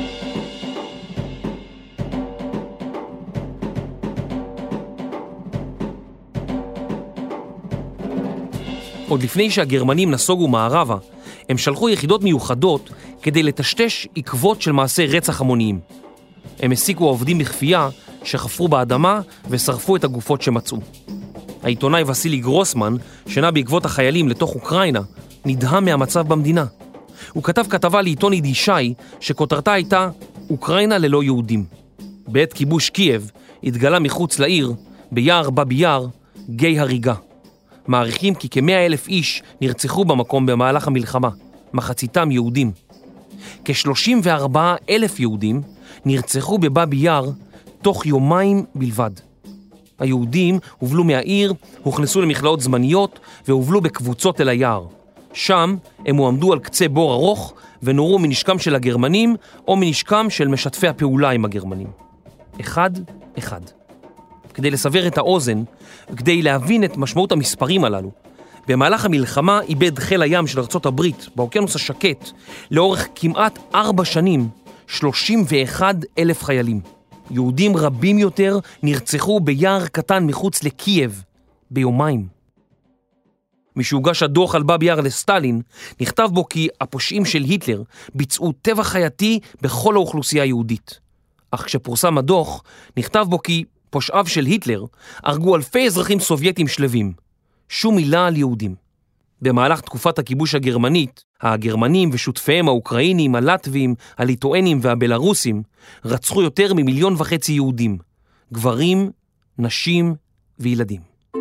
עוד לפני שהגרמנים נסוגו מערבה, הם שלחו יחידות מיוחדות כדי לטשטש עקבות של מעשי רצח המוניים. הם הסיקו עובדים בכפייה שחפרו באדמה ושרפו את הגופות שמצאו. העיתונאי וסילי גרוסמן, שנע בעקבות החיילים לתוך אוקראינה, נדהם מהמצב במדינה. הוא כתב כתבה לעיתון יידישאי שכותרתה הייתה אוקראינה ללא יהודים. בעת כיבוש קייב התגלה מחוץ לעיר, ביער באבי יאר, גיא הריגה. מעריכים כי כמאה אלף איש נרצחו במקום במהלך המלחמה, מחציתם יהודים. כ-שלושים וארבעה אלף יהודים נרצחו בבאבי יאר תוך יומיים בלבד. היהודים הובלו מהעיר, הוכנסו למכלאות זמניות והובלו בקבוצות אל היער. שם הם הועמדו על קצה בור ארוך ונורו מנשקם של הגרמנים או מנשקם של משתפי הפעולה עם הגרמנים. אחד, אחד. כדי לסבר את האוזן וכדי להבין את משמעות המספרים הללו, במהלך המלחמה איבד חיל הים של ארצות הברית באוקיינוס השקט לאורך כמעט ארבע שנים שלושים ואחד אלף חיילים. יהודים רבים יותר נרצחו ביער קטן מחוץ לקייב ביומיים. משהוגש הדוח על באב יאר לסטלין, נכתב בו כי הפושעים של היטלר ביצעו טבח חייתי בכל האוכלוסייה היהודית. אך כשפורסם הדוח, נכתב בו כי פושעיו של היטלר הרגו אלפי אזרחים סובייטים שלווים. שום מילה על יהודים. במהלך תקופת הכיבוש הגרמנית, הגרמנים ושותפיהם האוקראינים, הלטבים, הליטואנים והבלרוסים רצחו יותר ממיליון וחצי יהודים, גברים, נשים וילדים.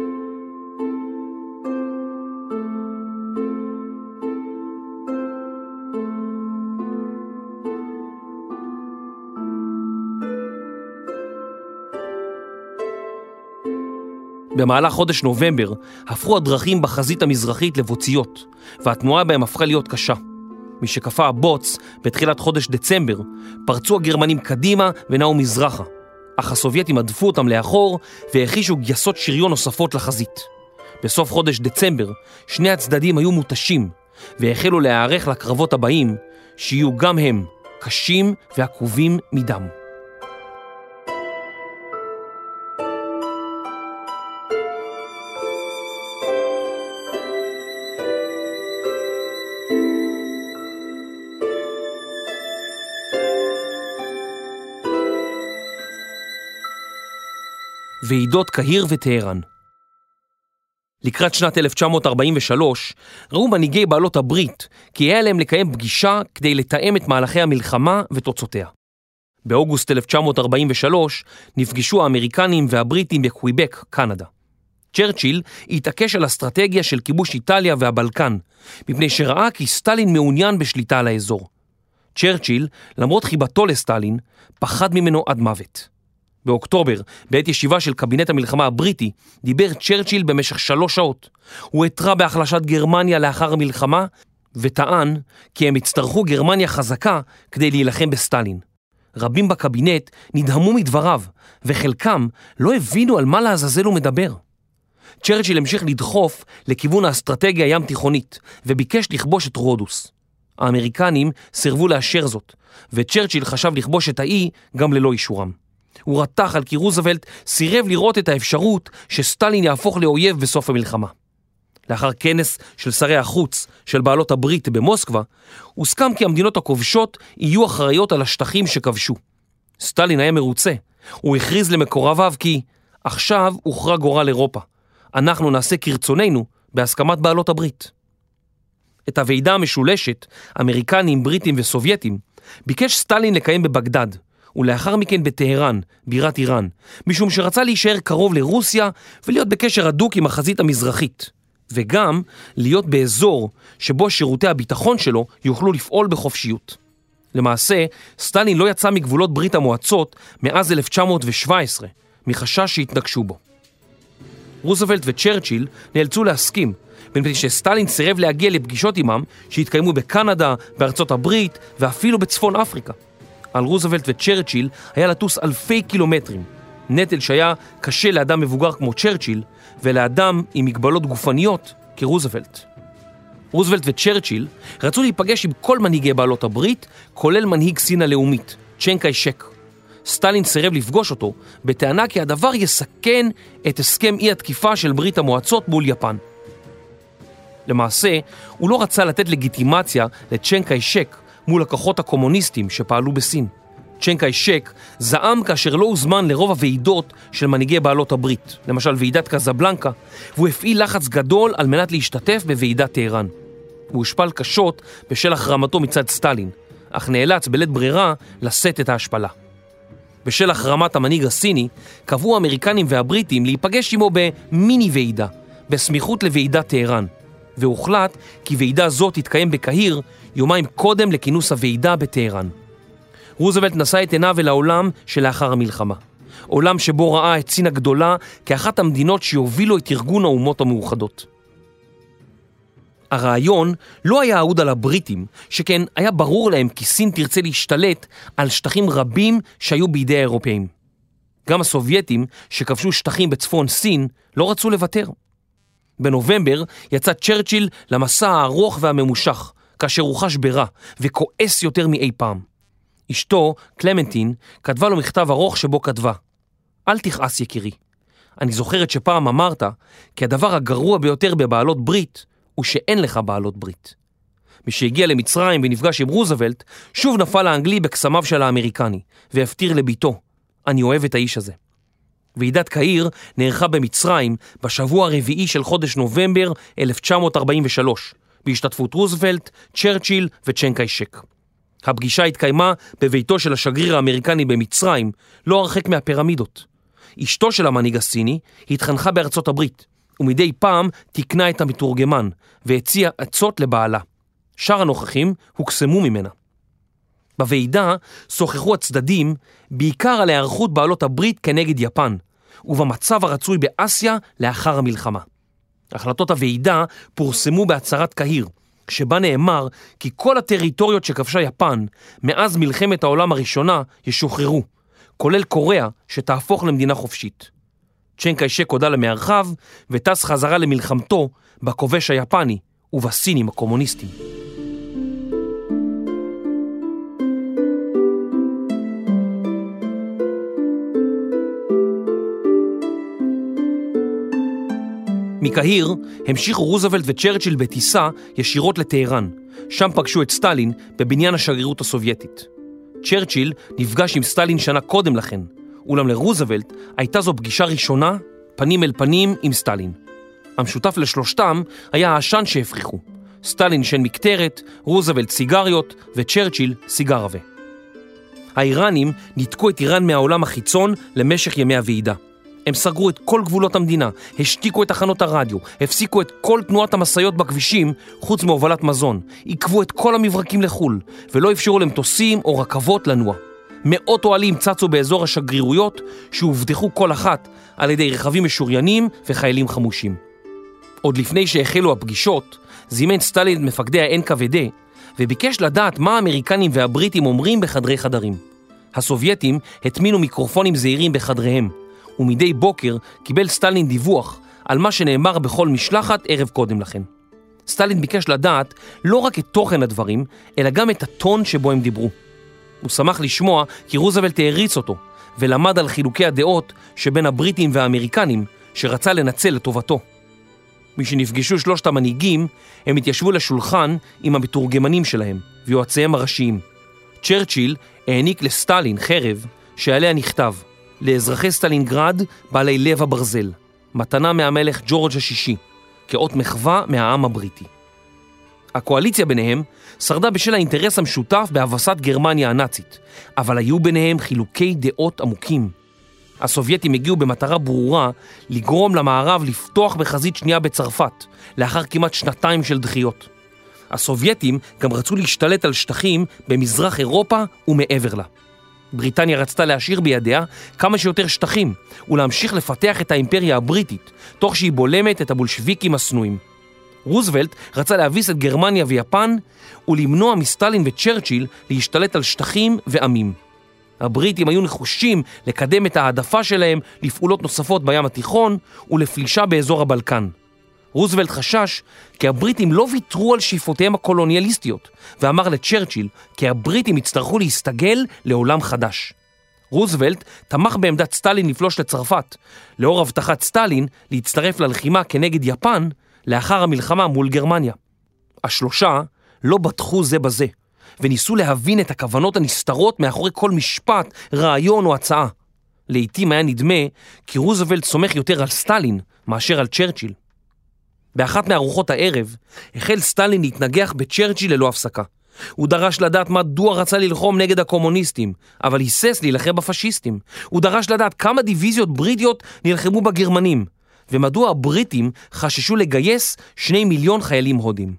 במהלך חודש נובמבר הפכו הדרכים בחזית המזרחית לבוציות, והתנועה בהם הפכה להיות קשה. משקפה הבוץ בתחילת חודש דצמבר, פרצו הגרמנים קדימה ונעו מזרחה, אך הסובייטים עדפו אותם לאחור והחישו גייסות שריון נוספות לחזית. בסוף חודש דצמבר שני הצדדים היו מותשים, והחלו להיערך לקרבות הבאים, שיהיו גם הם קשים ועקובים מדם. ועידות קהיר וטהרן. לקראת שנת אלף תשע מאות ארבעים ושלוש ראו מנהיגי בעלות הברית כי היה להם לקיים פגישה כדי לתאם את מהלכי המלחמה ותוצאותיה. באוגוסט אלף תשע מאות ארבעים ושלוש נפגשו האמריקנים והבריטים בקוויבק, קנדה. צ'רצ'יל התעקש על אסטרטגיה של כיבוש איטליה והבלקן, מפני שראה כי סטלין מעוניין בשליטה על האזור. צ'רצ'יל, למרות חיבתו לסטלין, פחד ממנו עד מוות. באוקטובר, בעת ישיבה של קבינט המלחמה הבריטי, דיבר צ'רצ'יל במשך שלוש שעות. הוא התרה בהחלשת גרמניה לאחר המלחמה, וטען כי הם יצטרכו גרמניה חזקה כדי להילחם בסטלין. רבים בקבינט נדהמו מדבריו, וחלקם לא הבינו על מה לעזאזל הוא מדבר. צ'רצ'יל המשיך לדחוף לכיוון האסטרטגיה ים תיכונית, וביקש לכבוש את רודוס. האמריקנים סירבו לאשר זאת, וצ'רצ'יל חשב לכבוש את האי גם ללא אישורם. הוא רתח על כי רוזוולט סירב לראות את האפשרות שסטלין יהפוך לאויב בסוף המלחמה. לאחר כנס של שרי החוץ של בעלות הברית במוסקבה, הוסכם כי המדינות הכובשות יהיו אחראיות על השטחים שכבשו. סטלין היה מרוצה. הוא הכריז למקורביו כי עכשיו הוכרע גורל אירופה. אנחנו נעשה כרצוננו בהסכמת בעלות הברית. את הוועידה המשולשת, אמריקנים, בריטים וסובייטים, ביקש סטלין לקיים בבגדד, ולאחר מכן בטהרן, בירת איראן, משום שרצה להישאר קרוב לרוסיה ולהיות בקשר הדוק עם החזית המזרחית, וגם להיות באזור שבו שירותי הביטחון שלו יוכלו לפעול בחופשיות. למעשה, סטלין לא יצא מגבולות ברית המועצות מאז אלף תשע מאות שבע עשרה, מחשש שהתנגשו בו. רוזוולט וצ'רצ'יל נאלצו להסכים, מפני שסטלין סירב להגיע לפגישות עמם שהתקיימו בקנדה, בארצות הברית ואפילו בצפון אפריקה. על רוזוולט וצ'רצ'יל היה לטוס אלפי קילומטרים, נטל שהיה קשה לאדם מבוגר כמו צ'רצ'יל ולאדם עם מגבלות גופניות כרוזוולט. רוזוולט וצ'רצ'יל רצו להיפגש עם כל מנהיגי בעלות הברית, כולל מנהיג סין הלאומית, צ'יאנג קאי-שק. סטלין סירב לפגוש אותו בטענה כי הדבר יסכן את הסכם אי התקיפה של ברית המועצות מול יפן. למעשה, הוא לא רצה לתת לגיטימציה לצ'יאנג קאי-שק מול הכוחות הקומוניסטים שפעלו בסין. צ'יאנג קאי-שק זעם כאשר לא הוזמן לרוב הוועידות של מנהיגי בעלות הברית, למשל ועידת קזבלנקה, והוא הפעיל לחץ גדול על מנת להשתתף בוועידת טהרן. הוא הושפל קשות בשל החרמתו מצד סטלין, אך נאלץ בלית ברירה לשאת את ההשפלה. בשל החרמת המנהיג הסיני, קבעו האמריקנים והבריטים להיפגש עמו במיני ועידה, בסמיכות לוועידת טהרן, והוחלט כי ועידה זאת תתקיים בקהיר יומיים קודם לכינוס הוועידה בטהרן. רוזוולט נשא את עיניו אל העולם שלאחר המלחמה, עולם שבו ראה את סין הגדולה כאחת המדינות שיובילו את ארגון האומות המאוחדות. הרעיון לא היה אהוד על הבריטים, שכן היה ברור להם כי סין תרצה להשתלט על שטחים רבים שהיו בידי האירופאים. גם הסובייטים שכבשו שטחים בצפון סין לא רצו לוותר. בנובמבר יצא צ'רצ'יל למסע הארוך והממושך, כאשר הוא חש ברע וכועס יותר מאי פעם. אשתו, קלמנטין, כתבה לו מכתב ארוך שבו כתבה: אל תכעס יקירי. אני זוכרת שפעם אמרת כי הדבר הגרוע ביותר בבעלות ברית הוא שאין לך בעלות ברית. מי שהגיע למצרים ונפגש עם רוזוולט, שוב נפל האנגלי בקסמיו של האמריקני, והפתיר לביתו: אני אוהב את האיש הזה. ועידת קהיר נערכה במצרים בשבוע הרביעי של חודש נובמבר אלף תשע מאות ארבעים ושלוש, בהשתתפות רוזוולט, צ'רצ'יל וצ'נק איישק. הפגישה התקיימה בביתו של השגריר האמריקני במצרים, לא הרחק מהפירמידות. אשתו של המנהיג הסיני התחנכה בארצות הברית, ומדי פעם תקנה את המתורגמן, והציעה עצות לבעלה. שאר הנוכחים הוקסמו ממנה. בוועידה שוחחו הצדדים בעיקר על היערכות בעלות הברית כנגד יפן, ובמצב הרצוי באסיה לאחר המלחמה. החלטות הוועידה פורסמו בהצהרת קהיר, שבה נאמר כי כל הטריטוריות שכבשה יפן מאז מלחמת העולם הראשונה ישוחררו, כולל קוריאה שתהפוך למדינה חופשית. צ'נק איישק הודה למארחיו וטס חזרה למלחמתו בכובש היפני ובסינים הקומוניסטים. מקהיר המשיכו רוזוולט וצ'רצ'יל בטיסה ישירות לטהרן, שם פגשו את סטלין בבניין השגרירות הסובייטית. צ'רצ'יל נפגש עם סטלין שנה קודם לכן, אולם לרוזוולט הייתה זו פגישה ראשונה פנים אל פנים עם סטלין. המשותף לשלושתם היה העשן שהפריחו, סטלין שן מקטרת, רוזוולט סיגריות וצ'רצ'יל סיגר עבה. האיראנים ניתקו את איראן מהעולם החיצון למשך ימי הוועידה. הם סגרו את כל גבולות המדינה, השתיקו את תחנות הרדיו, הפסיקו את כל תנועת המסעיות בכבישים חוץ מהובלת מזון, עיכבו את כל המברקים לחול ולא אפשרו למטוסים או רכבות לנוע. מאות אוהלים צצו באזור השגרירויות שהובטחו כל אחת על ידי רכבים משוריינים וחיילים חמושים. עוד לפני שהחלו הפגישות, זימן סטלין את מפקדי ה-אן קה וי די וביקש לדעת מה האמריקנים והבריטים אומרים בחדרי חדרים. הסובייטים הטמינו מיקרופונים זעירים בחדריהם, ומדי בוקר קיבל סטלין דיווח על מה שנאמר בכל משלחת ערב קודם לכן. סטלין ביקש לדעת לא רק את תוכן הדברים, אלא גם את הטון שבו הם דיברו. הוא שמח לשמוע כי רוזוולט העריץ אותו, ולמד על חילוקי הדעות שבין הבריטים והאמריקנים שרצה לנצל לטובתו. משנפגשו שלושת המנהיגים, הם התיישבו לשולחן עם המתורגמנים שלהם ויועציהם הראשיים. צ'רצ'יל העניק לסטלין חרב שעליה נכתב: לאזרחי סטלינגרד בעלי לב הברזל, מתנה מהמלך ג'ורג' השישי, כאות מחווה מהעם הבריטי. הקואליציה ביניהם שרדה בשל האינטרס המשותף בהבסת גרמניה הנאצית, אבל היו ביניהם חילוקי דעות עמוקים. הסובייטים הגיעו במטרה ברורה לגרום למערב לפתוח בחזית שנייה בצרפת, לאחר כמעט שנתיים של דחיות. הסובייטים גם רצו להשתלט על שטחים במזרח אירופה ומעבר לה. בריטניה רצתה להשאיר בידיה כמה שיותר שטחים ולהמשיך לפתח את האימפריה הבריטית, תוך שהיא בולמת את הבולשוויקים הסנועים. רוזוולט רצה להביס את גרמניה ויפן ולמנוע מסטלין וצ'רצ'יל להשתלט על שטחים ועמים. הבריטים היו נחושים לקדם את העדפה שלהם לפעולות נוספות בים התיכון ולפלישה באזור הבלקן. רוזוולט חשש כי הבריטים לא ויתרו על שאיפותיהם הקולוניאליסטיות, ואמר לצ'רצ'יל כי הבריטים יצטרכו להסתגל לעולם חדש. רוזוולט תמך בעמדת סטלין לפלוש לצרפת, לאור הבטחת סטלין להצטרף ללחימה כנגד יפן לאחר המלחמה מול גרמניה. השלושה לא בטחו זה בזה, וניסו להבין את הכוונות הנסתרות מאחורי כל משפט, רעיון או הצעה. לעתים היה נדמה כי רוזוולט סומך יותר על סטלין מאשר על צ'רצ'יל. באחת מארוחות הערב החל סטלין להתנגח בצ'רצ'יל ללא הפסקה. הוא דרש לדעת מדוע רצה ללחום נגד הקומוניסטים, אבל היסס להילחם בפשיסטים. הוא דרש לדעת כמה דיוויזיות בריטיות נלחמו בגרמנים, ומדוע הבריטים חששו לגייס שני מיליון חיילים הודים.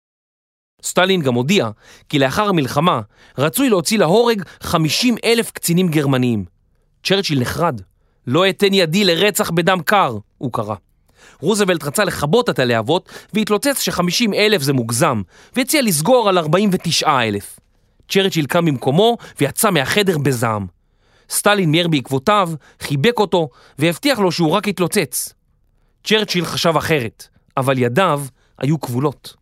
סטלין גם הודיע כי לאחר המלחמה רצוי להוציא להורג חמישים אלף קצינים גרמניים. צ'רצ'יל נחרד. לא אתן ידי לרצח בדם קר, הוא קרא. רוזוולט רצה לחבות את הלהבות והתלוצץ ש-חמישים אלף זה מוגזם, והציע לסגור על ארבעים ותשעה אלף. צ'רצ'יל קם במקומו ויצא מהחדר בזעם. סטלין מיהר בעקבותיו, חיבק אותו והבטיח לו שהוא רק התלוצץ. צ'רצ'יל חשב אחרת, אבל ידיו היו כבולות.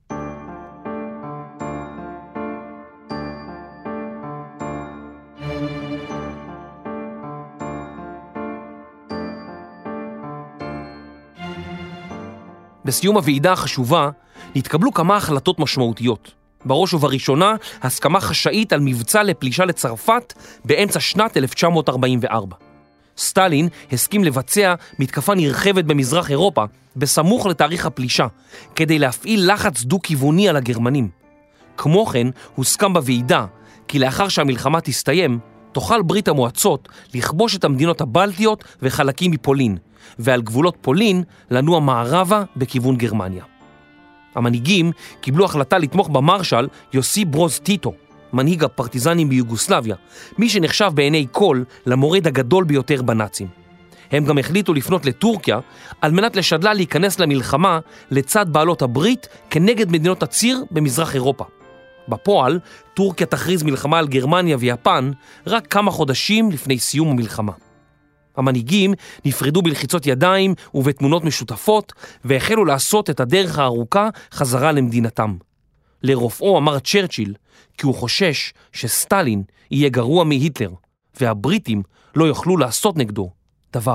בסיום הוועידה החשובה נתקבלו כמה החלטות משמעותיות. בראש ובראשונה, הסכמה חשאית על מבצע לפלישה לצרפת באמצע שנת אלף תשע מאות ארבעים וארבע. סטלין הסכים לבצע מתקפה נרחבת במזרח אירופה בסמוך לתאריך הפלישה, כדי להפעיל לחץ דו-כיווני על הגרמנים. כמו כן, הוסכם בוועידה כי לאחר שהמלחמה תסתיים, תוכל ברית המועצות לכבוש את המדינות הבלטיות וחלקים מפולין, ועל גבולות פולין לנוע מערבה בכיוון גרמניה. המנהיגים קיבלו החלטה לתמוך במרשל יוסיפ ברוז טיטו, מנהיג הפרטיזנים ביוגוסלביה, מי שנחשב בעיני כל למורד הגדול ביותר בנאצים. הם גם החליטו לפנות לטורקיה על מנת לשדלה להיכנס למלחמה לצד בעלות הברית כנגד מדינות הציר במזרח אירופה. בפועל, טורקיה תכריז מלחמה על גרמניה ויפן רק כמה חודשים לפני סיום המלחמה. המנהיגים נפרדו בלחיצות ידיים ובתמונות משותפות והחלו לעשות את הדרך הארוכה חזרה למדינתם. לרופאו אמר צ'רצ'יל כי הוא חושש שסטלין יהיה גרוע מהיטלר והבריטים לא יוכלו לעשות נגדו דבר.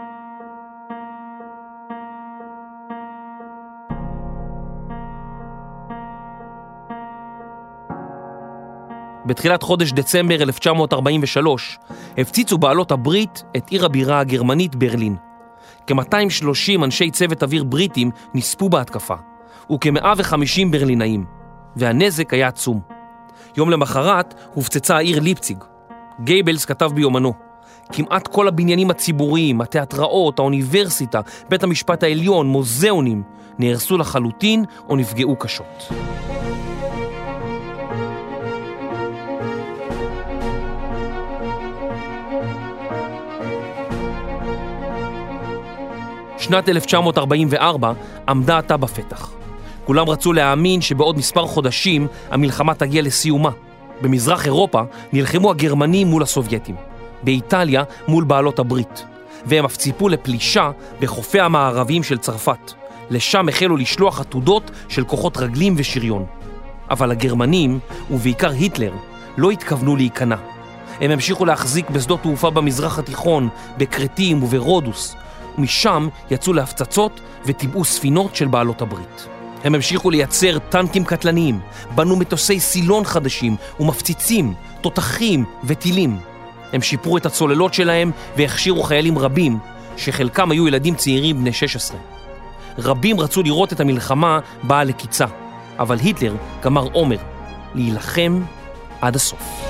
בתחילת חודש דצמבר אלף תשע מאות ארבעים ושלוש הפציצו בעלות הברית את עיר הבירה הגרמנית ברלין. כ-מאתיים ושלושים אנשי צוות אוויר בריטים נספו בהתקפה, וכ-מאה וחמישים ברלינאים, והנזק היה עצום. יום למחרת הופצצה העיר ליפציג. גייבלס כתב ביומנו, כמעט כל הבניינים הציבוריים, התיאטראות, האוניברסיטה, בית המשפט העליון, מוזיאונים, נהרסו לחלוטין או נפגעו קשות. שנת אלף תשע מאות ארבעים וארבע עמדה עתה בפתח. כולם רצו להאמין שבעוד מספר חודשים המלחמה תגיע לסיומה. במזרח אירופה נלחמו הגרמנים מול הסובייטים, באיטליה מול בעלות הברית, והם אף ציפו לפלישה בחופי המערביים של צרפת. לשם החלו לשלוח עתודות של כוחות רגלים ושריון. אבל הגרמנים, ובעיקר היטלר, לא התכוונו להיכנע. הם המשיכו להחזיק בשדות תעופה במזרח התיכון, בקרטים וברודוס, ומשם יצאו להפצצות וטיבעו ספינות של בעלות הברית. הם המשיכו לייצר טנקים קטלניים, בנו מטוסי סילון חדשים ומפציצים, תותחים וטילים. הם שיפרו את הצוללות שלהם והכשירו חיילים רבים, שחלקם היו ילדים צעירים בני שש עשרה. רבים רצו לראות את המלחמה באה לקיצה, אבל היטלר גמר אומר, להילחם עד הסוף.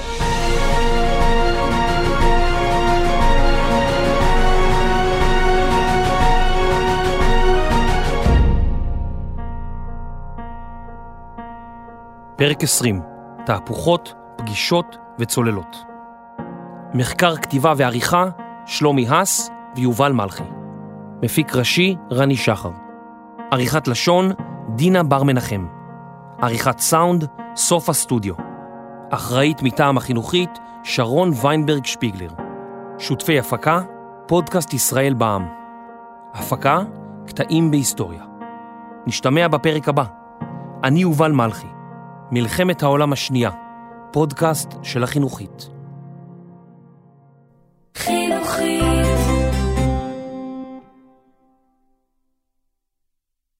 פרק עשרים, תהפוכות, פגישות וצוללות. מחקר, כתיבה ועריכה, שלומי הס ויובל מלכי. מפיק ראשי, רני שחר. עריכת לשון, דינה בר מנחם. עריכת סאונד, סוף הסטודיו. אחראית מטעם החינוכית, שרון ויינברג שפיגלר. שותפי הפקה, פודקאסט ישראל בעם. הפקה, קטעים בהיסטוריה. נשתמע בפרק הבא. אני יובל מלכי. מלחמת העולם השנייה, פודקאסט של החינוכית. חינוכית